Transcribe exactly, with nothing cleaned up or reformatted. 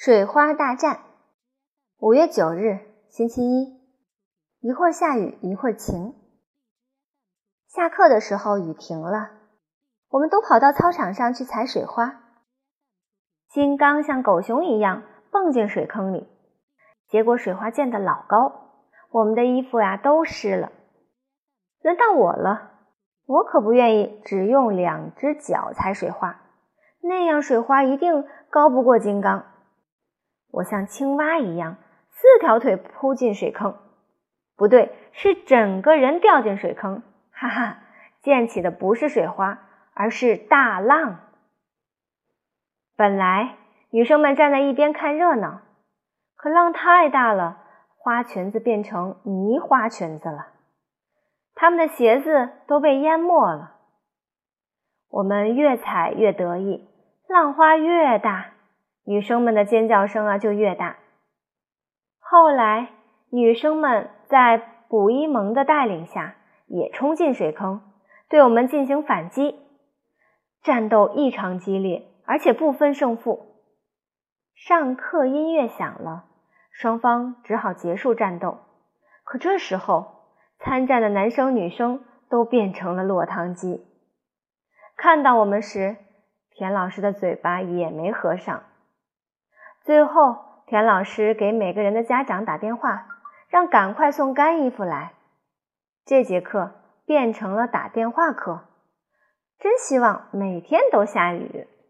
水花大战。五月九日，星期一，一会儿下雨，一会儿晴。下课的时候雨停了，我们都跑到操场上去采水花。金刚像狗熊一样蹦进水坑里，结果水花溅得老高，我们的衣服呀都湿了。轮到我了，我可不愿意只用两只脚采水花，那样水花一定高不过金刚。我像青蛙一样四条腿扑进水坑，不对，是整个人掉进水坑，哈哈，溅起的不是水花，而是大浪。本来女生们站在一边看热闹，可浪太大了，花裙子变成泥花裙子了，她们的鞋子都被淹没了。我们越踩越得意，浪花越大，女生们的尖叫声啊就越大。后来女生们在卜一萌的带领下也冲进水坑，对我们进行反击。战斗异常激烈，而且不分胜负。上课音乐响了，双方只好结束战斗。可这时候参战的男生女生都变成了落汤鸡。看到我们时，田老师的嘴巴也没合上。最后田老师给每个人的家长打电话，让赶快送干衣服来。这节课变成了打电话课，真希望每天都下雨。